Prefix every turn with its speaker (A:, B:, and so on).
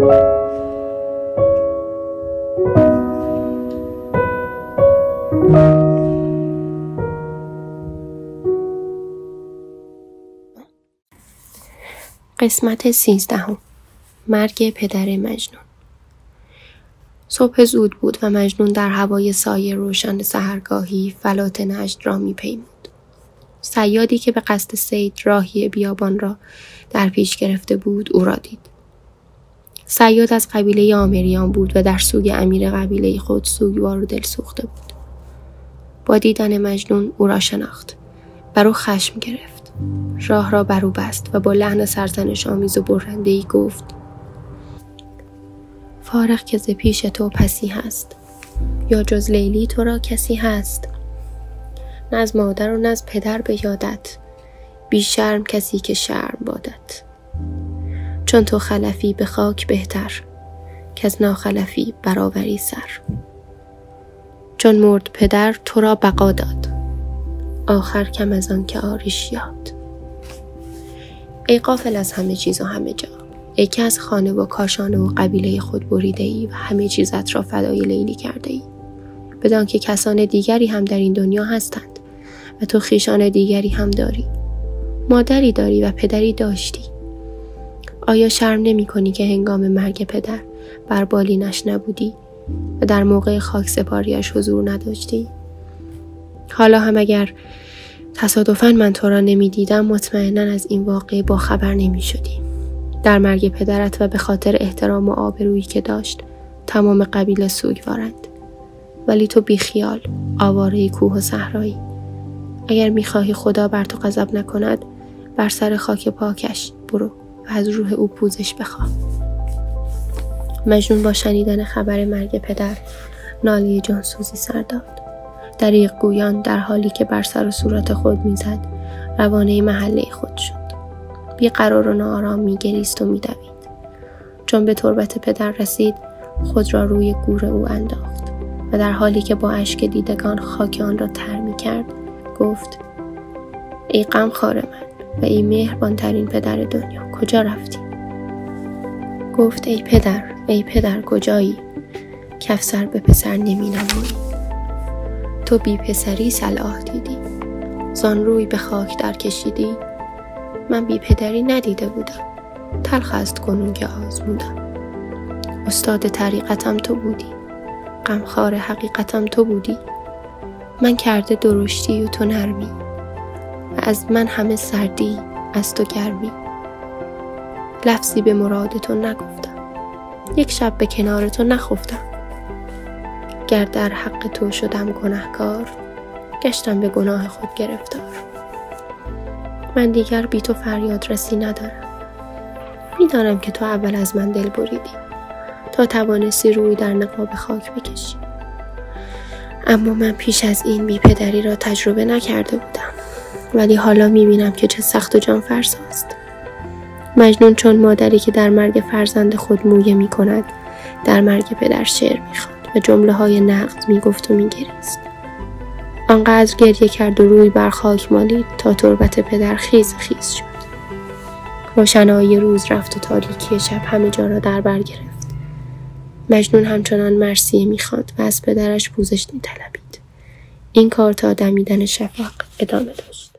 A: قسمت 13. مرگ پدر مجنون. صبح زود بود و مجنون در هوای سایه روشن سحرگاهی فلات نجد را می‌پیمود. صیادی که به قصد صید راهی بیابان را در پیش گرفته بود او را دید. صیاد از قبیله آمریان بود و در سوگ امیر قبیله خود سوگوار و دلسوخته بود. با دیدن مجنون او را شناخت. بر او خشم گرفت. راه را بر او بست و با لحن سرزنش آمیز و برنده‌ای گفت: فارغ که ز پیش تو پسی هست، یا جز لیلی تو را کسی هست؟ نه از مادر و نه از پدر به یادت، بی شرم کسی که شرم بادت. چون تو خلفی به خاک بهتر، که از ناخلفی برآوری سر. چون مرد پدر تو را بقا داد، آخر کم از آن که آریش یاد. ای غافل از همه چیز و همه جا، ای که از خانه و کاشانه و قبیله خود بریده ای و همه چیزت را فدای لیلی کرده ای، بدان که کسان دیگری هم در این دنیا هستند و تو خویشان دیگری هم داری. مادری داری و پدری داشتی. آیا شرم نمی کنی که هنگام مرگ پدر بر بالینش نبودی و در موقع خاک سپاریش حضور نداشتی؟ حالا هم اگر تصادفاً من تو را نمی دیدم، مطمئناً از این واقعه با خبر نمی شدی. در مرگ پدرت و به خاطر احترام و آبرویی که داشت تمام قبیله سوگوارند. ولی تو بیخیال، آواره کوه و صحرایی. اگر می خواهی خدا بر تو غضب نکند، بر سر خاک پاکش برو و از روح او پوزش بخواه. مجنون با شنیدن خبر مرگ پدر ناله جانسوزی سر داد. دریغ گویان در حالی که بر سر و صورت خود میزد روانه محله خود شد. بیقرار و ناآرام میگریست و میدوید. چون به تربت پدر رسید خود را روی گور او انداخت و در حالی که با اشک دیدگان خاک آن را تر میکرد گفت: ای غمخوار من و ای مهربان ترین پدر دنیا، کجا رفتی؟ گفت: ای پدر کجایی؟ کفسر به پسر نمی نمایی. تو بی پسری صلاح دیدی، زان روی به خاک در کشیدی. من بی پدری ندیده بودم، تلخ است کنون که آزمودم. استاد طریقتم تو بودی، غمخوار حقیقتم تو بودی. من کرده درشتی و تو نرمی، و از من همه سردی از تو گرمی. لفظی به مراد تو نگفتم، یک شب به کنار تو نخفتم. گر در حق تو شدم گناهکار، گشتم به گناه خود گرفتار. من دیگر بی تو فریاد رسی ندارم. میدانم که تو اول از من دل بریدی تا توانستی روی در نقاب خاک بکشی. اما من پیش از این بی پدری را تجربه نکرده بودم، ولی حالا میبینم که چه سخت و جانفرساست. مجنون چون مادری که در مرگ فرزند خود مویه میکند، در مرگ پدر شعر میخواند و جمله های نقد میگفت و میگریست. آنقدر گریه کرد و روی بر خاک مالید تا تربت پدر خیز خیز شد. روشنایی روز رفت و تاریکی شب همه جا را در بر گرفت. مجنون همچنان مرثیه میخواند و از پدرش پوزش میطلبید. این کار تا دمیدن شفق ادامه داشت.